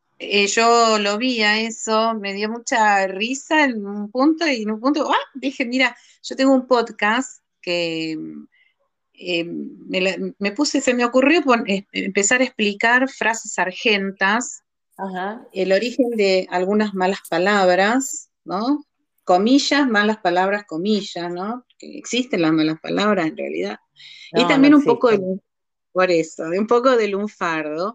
yo lo vi a eso, me dio mucha risa en un punto y en un punto, dije, mira, yo tengo un podcast que me puse, se me ocurrió empezar a explicar frases argentas, Ajá. el origen de algunas malas palabras, ¿no? Comillas, malas palabras, comillas, ¿no? Que existen las malas palabras en realidad. Y No, no también un poco existen. por eso, de un poco de lunfardo.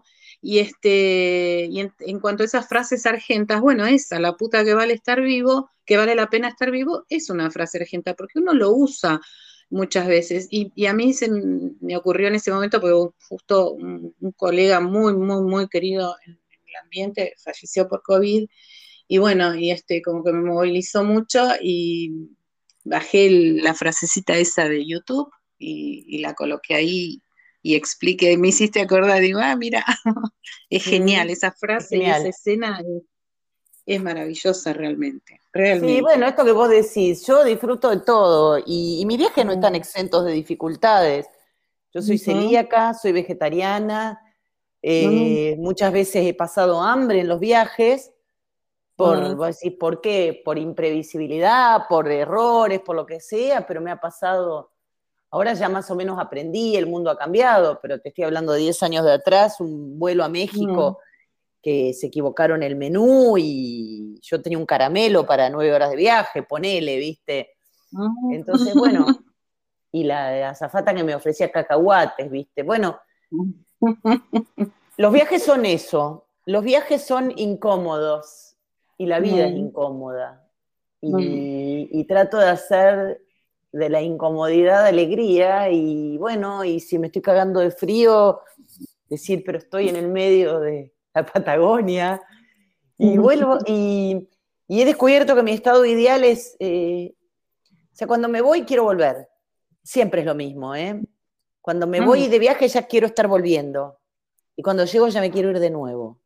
En cuanto a esas frases argentas, bueno, esa, la puta que vale estar vivo, que vale la pena estar vivo, es una frase argenta, porque uno lo usa muchas veces. Y a mí me ocurrió en ese momento, porque justo un colega muy, muy, muy querido en el ambiente falleció por COVID, y bueno, como que me movilizó mucho y bajé la frasecita esa de YouTube y la coloqué ahí y expliqué, me hiciste acordar, digo, mira, es genial, Mm, esa es frase y esa genial. escena es maravillosa realmente, Sí, bueno, realmente. esto que vos decís, yo disfruto de todo y mis viajes no están Mm, exentos de dificultades. Yo soy ujú, celíaca, soy vegetariana, mm, muchas veces he pasado hambre en los viajes, mm, vos decís, ¿por qué? Por imprevisibilidad, por errores, por lo que sea, pero me ha pasado, ahora ya más o menos aprendí, el mundo ha cambiado, pero te estoy hablando de 10 años de atrás, un vuelo a mm, México que se equivocaron el menú y yo tenía un caramelo para 9 horas de viaje, ponele, ¿viste? mm. Entonces, bueno, y la azafata que me ofrecía cacahuates, ¿viste? Bueno, los viajes son eso, los viajes son incómodos y la vida es Mm, incómoda. mm. Y trato de hacer de la incomodidad alegría y bueno, y si me estoy cagando de frío, decir, pero estoy en el medio de la Patagonia. Y vuelvo, y he descubierto que mi estado ideal es, o sea, cuando me voy quiero volver. Siempre es lo mismo, ¿eh? Cuando me Mm. voy de viaje ya quiero estar volviendo. Y cuando llego ya me quiero ir de nuevo.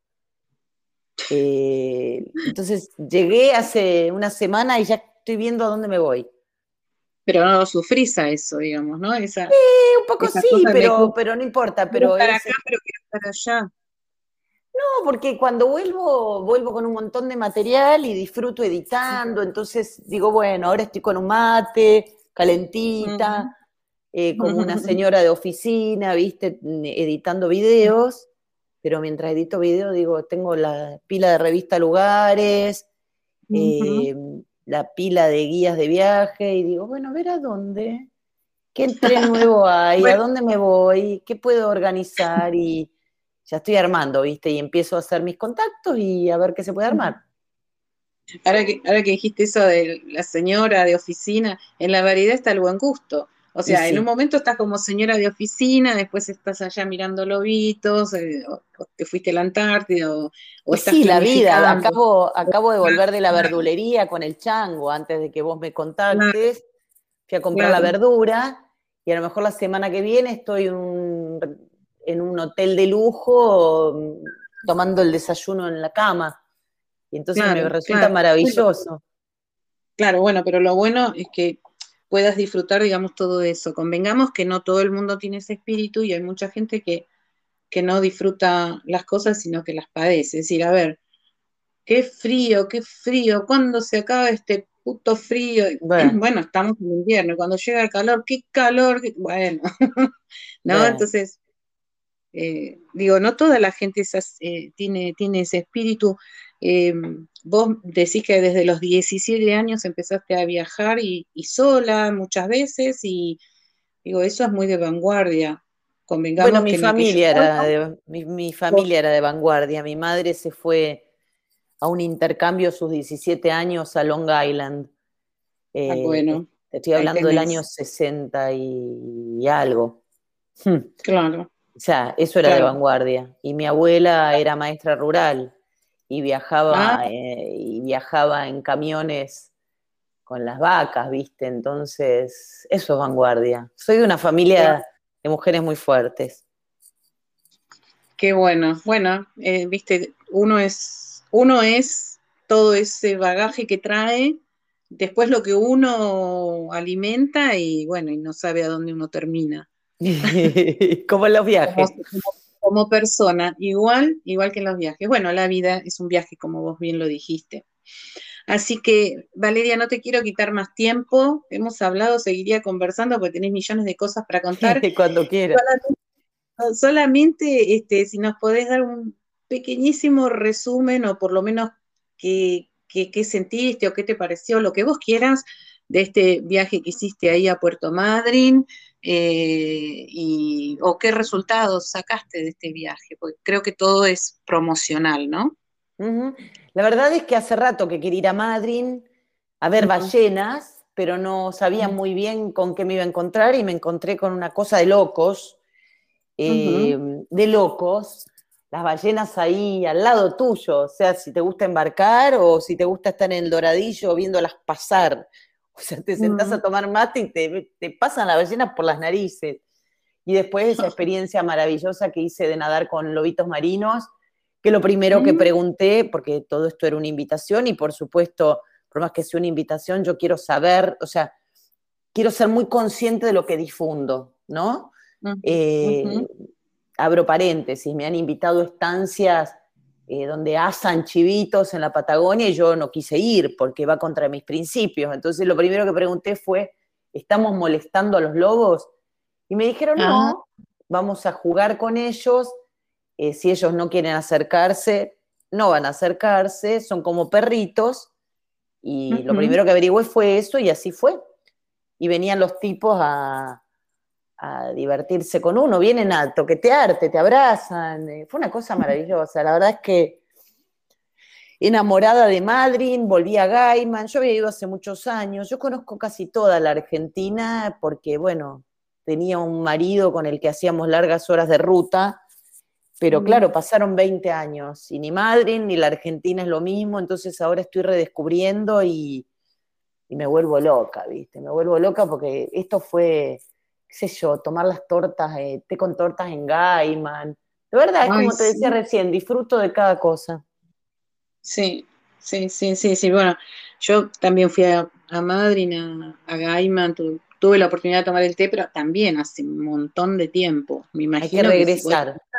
Entonces llegué hace una semana y ya estoy viendo a dónde me voy. Pero no lo sufrís a eso, digamos, ¿no? Un poco Esa sí, cosa de pero no importa, quiero pero estar es, acá, pero quiero estar allá. no, porque cuando vuelvo con un montón de material y disfruto editando, entonces digo, bueno, ahora estoy con un mate, calentita, Mm. como una señora de oficina, ¿viste? Editando videos, pero mientras edito videos, digo, tengo la pila de revista Lugares, Ujú. la pila de guías de viaje, y digo, bueno, a ver a dónde. ¿Qué tren nuevo hay? ¿A Bueno, dónde me voy? ¿Qué puedo organizar? Y ya estoy armando, ¿viste? Y empiezo a hacer mis contactos y a ver qué se puede armar. ahora que dijiste eso de la señora de oficina, en la variedad está el buen gusto. O Y sea, en un sí. momento estás como señora de oficina, después estás allá mirando lobitos, o te fuiste a la Antártida, o Y estás sí, la vida. planificando. Acabo de volver de la Claro, verdulería con el chango antes de que vos me claro, contactes. Fui a comprar la claro. verdura y a lo mejor la semana que viene estoy en un hotel de lujo tomando el desayuno en la cama. Y entonces me Claro, resulta claro. Bueno, maravilloso. claro, bueno, pero lo bueno es que puedas disfrutar, digamos, todo eso. Convengamos que no todo el mundo tiene ese espíritu y hay mucha gente que no disfruta las cosas, sino que las padece. Es decir, a ver, qué frío, ¿cuándo se acaba este puto frío? Bueno, Bueno, estamos en invierno, cuando llega el calor, qué calor, bueno, ¿no? bueno. Entonces, digo, no toda la gente tiene ese espíritu. Eh, Vos decís que desde los 17 años empezaste a viajar y sola muchas veces y digo, eso es muy de vanguardia. Bueno, Convengamos que en aquellos años, mi familia era de vanguardia. Mi madre se fue a un intercambio a sus 17 años a Long Island. bueno, Te estoy ahí hablando del año tenés, 60 y algo. claro, O sea, eso era de claro. vanguardia. Y mi abuela era maestra rural Ah, y viajaba en camiones con las vacas, ¿viste? Entonces, eso es vanguardia. Soy de una familia de mujeres muy fuertes. qué bueno. Bueno, viste, uno es todo ese bagaje que trae, después lo que uno alimenta y bueno, y no sabe a dónde uno termina. Como en los Como, viajes. como persona, igual que en los viajes. Bueno, la vida es un viaje, como vos bien lo dijiste. Así que, Valeria, no te quiero quitar más tiempo. Hemos hablado, seguiría conversando porque tenés millones de cosas para contar. Cuando quiera. Solamente, si nos podés dar un pequeñísimo resumen o por lo menos qué sentiste o qué te pareció, lo que vos quieras de este viaje que hiciste ahí a Puerto Madryn, o qué resultados sacaste de este viaje, porque creo que todo es promocional, ¿no? Ujú. La verdad es que hace rato que quería ir a Madrid a ver Ujú, ballenas, pero no sabía muy bien con qué me iba a encontrar y me encontré con una cosa ujú. eh, de locos, las ballenas ahí al lado tuyo, o sea, si te gusta embarcar o si te gusta estar en el Doradillo viéndolas pasar. O sea, te sentás a Mm. tomar mate y te pasan las ballenas por las narices. Y después esa experiencia maravillosa que hice de nadar con lobitos marinos, que lo primero que Mm. pregunté, porque todo esto era una invitación y por supuesto, por más que sea una invitación, yo quiero saber, o sea, quiero ser muy consciente de lo que difundo, ¿no? Ujú, Eh, ujú. Abro paréntesis, me han invitado a estancias donde asan chivitos en la Patagonia y yo no quise ir porque va contra mis principios. Entonces lo primero que pregunté fue, ¿estamos molestando a los lobos? Y me dijeron, Ah, no, vamos a jugar con ellos, si ellos no quieren acercarse, no van a acercarse, son como perritos. Y lo ujú. primero que averigüé fue eso y así fue. Y venían los tipos a divertirse con uno, vienen a toquetearte, te abrazan. Fue una cosa maravillosa. La verdad es que enamorada de Madrid, volví a Gaiman. Yo había ido hace muchos años. Yo conozco casi toda la Argentina porque, bueno, tenía un marido con el que hacíamos largas horas de ruta. Pero Mm. claro, pasaron 20 años y ni Madrid ni la Argentina es lo mismo, entonces ahora estoy redescubriendo y me vuelvo loca, ¿viste? Me vuelvo loca porque esto fue, qué sé yo, tomar las tortas, té con tortas en Gaiman. De verdad, es Ay, como te decía sí. recién, disfruto de cada cosa. Sí, sí, sí, sí, sí. Bueno, yo también fui a Madrid, a Gaiman, tuve la oportunidad de tomar el té, pero también hace un montón de tiempo. Me Hay que imagino que si voy, regresar.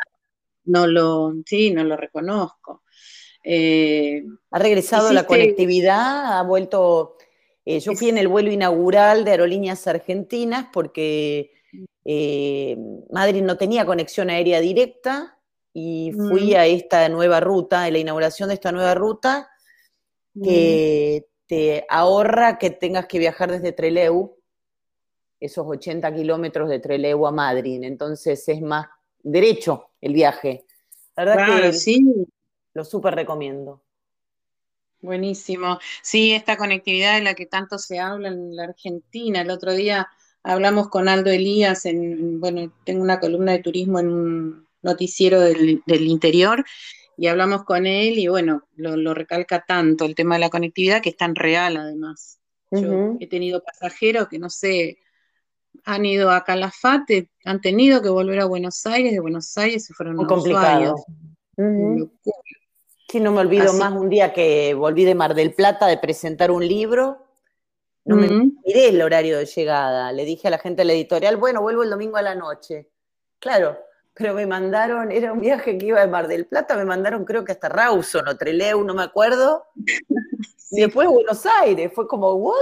sí, no lo reconozco. Eh, Ha regresado la Hiciste, conectividad, ha vuelto. Yo fui en es- el vuelo inaugural de Aerolíneas Argentinas porque eh, Madrid no tenía conexión aérea directa y fui mm, a esta nueva ruta, a la inauguración de esta nueva ruta mm, que te ahorra que tengas que viajar desde Trelew esos 80 kilómetros de Trelew a Madrid, entonces es más derecho el viaje. La verdad Claro, que sí. lo súper recomiendo. Buenísimo. Sí, esta conectividad de la que tanto se habla en la Argentina. El otro día hablamos con Aldo Elías bueno, tengo una columna de turismo en un noticiero del interior y hablamos con él y bueno, lo recalca tanto el tema de la conectividad que es tan real además. Yo Uh-huh. he tenido pasajeros que no sé, han ido a Calafate, han tenido que volver a Buenos Aires, de Buenos Aires se fueron Muy a Ushuaia. complicado. Uh-huh. Locura. Sí, no me olvido Así. más un día que volví de Mar del Plata de presentar un libro. No me Mm. miré el horario de llegada. Le dije a la gente de la editorial, bueno, vuelvo el domingo a la noche. Claro, pero me mandaron, era un viaje que iba de Mar del Plata, me mandaron creo que hasta Rawson o Trelew, no me acuerdo. Y Sí. después Buenos Aires, fue como, ¿what?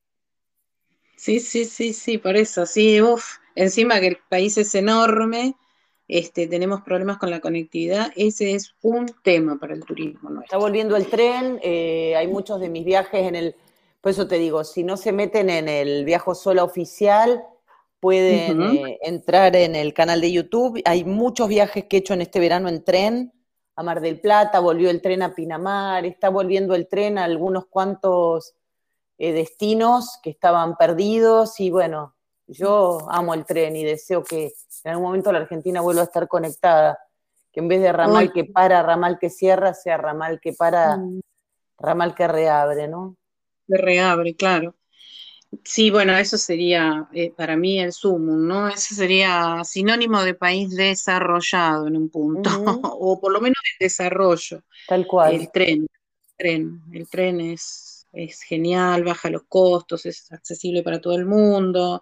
Sí, por eso, sí, uff, encima que el país es enorme, tenemos problemas con la conectividad, ese es un tema para el turismo Está nuestro. volviendo el tren, hay muchos de mis viajes en el, por eso te digo, si no se meten en el Viajo Sola oficial, pueden Ujú. entrar en el canal de YouTube. Hay muchos viajes que he hecho en este verano en tren, a Mar del Plata, volvió el tren a Pinamar, está volviendo el tren a algunos cuantos destinos que estaban perdidos y bueno, yo amo el tren y deseo que en algún momento la Argentina vuelva a estar conectada, que en vez de Uy, ramal que para, ramal que cierra, sea ramal que para, mm, ramal que reabre, ¿no? se reabre, claro. Sí, bueno, eso sería para mí el sumum, ¿no? Ese sería sinónimo de país desarrollado en un punto, Uh-huh. o por lo menos en desarrollo. Tal cual. El el tren es genial, baja los costos, es accesible para todo el mundo.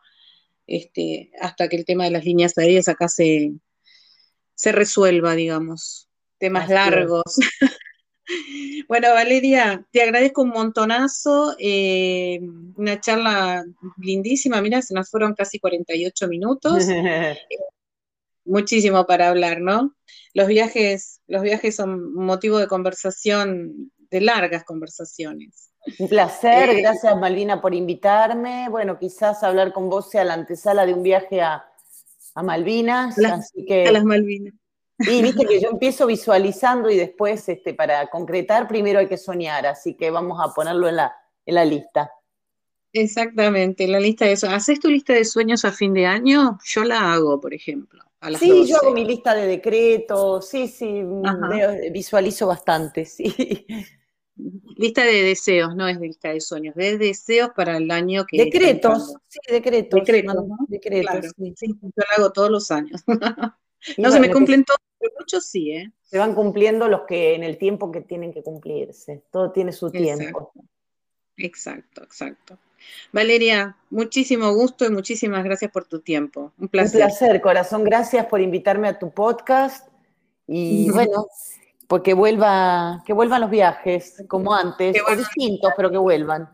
Hasta que el tema de las líneas aéreas acá se resuelva, digamos, temas Así es. largos. Bueno, Valeria, te agradezco un montonazo, una charla lindísima, mira, se nos fueron casi 48 minutos, muchísimo para hablar, ¿no? Los viajes son motivo de conversación, de largas conversaciones. Un placer, Eh, gracias Malvina por invitarme. Bueno, quizás hablar con vos sea la antesala de un viaje a a Malvinas, las, así a las que Malvinas. y viste que yo empiezo visualizando y después para concretar primero hay que soñar, así que vamos a ponerlo en la lista. Exactamente, la lista de eso. ¿Haces tu lista de sueños a fin de año? Yo la hago, por ejemplo, a las Sí, yo hago 12. mi lista de decretos, sí, sí, Ajá. visualizo bastante, sí. Lista de deseos, no es de lista de sueños, de deseos para el año que está Decretos, entrando. sí, decretos, Decretos, ¿no? decretos, Claro, sí. sí, yo la hago todos los años. Y No se me bueno, que cumplen todos, pero muchos sí, ¿eh? se van cumpliendo los que en el tiempo que tienen que cumplirse, todo tiene su tiempo. Exacto, exacto. Valeria, muchísimo gusto y muchísimas gracias por tu tiempo. Un Un placer. placer, corazón, gracias por invitarme a tu podcast y bueno, pues que vuelvan los viajes como Qué antes, o bueno. distintos, pero que vuelvan.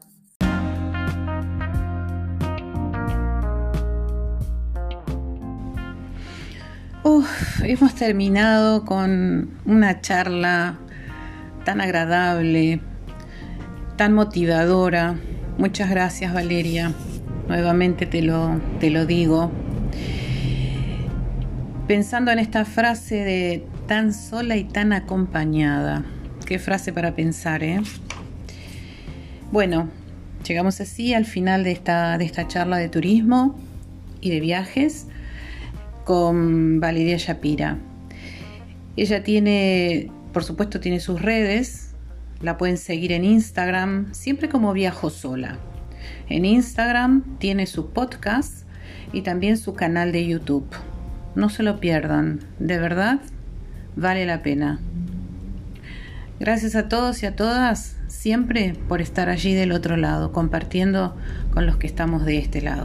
Hemos terminado con una charla tan agradable, tan motivadora. Muchas gracias, Valeria. Nuevamente te lo digo. Pensando en esta frase de tan sola y tan acompañada. Qué frase para pensar, ¿eh? Bueno, llegamos así al final de esta charla de turismo y de viajes con Valeria Shapira. Ella por supuesto, tiene sus redes. La pueden seguir en Instagram, siempre como Viajo Sola. En Instagram tiene su podcast y también su canal de YouTube. No se lo pierdan, de verdad, vale la pena. Gracias a todos y a todas, siempre por estar allí del otro lado, compartiendo con los que estamos de este lado.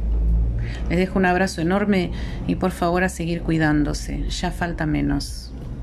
Les dejo un abrazo enorme y por favor a seguir cuidándose, ya falta menos.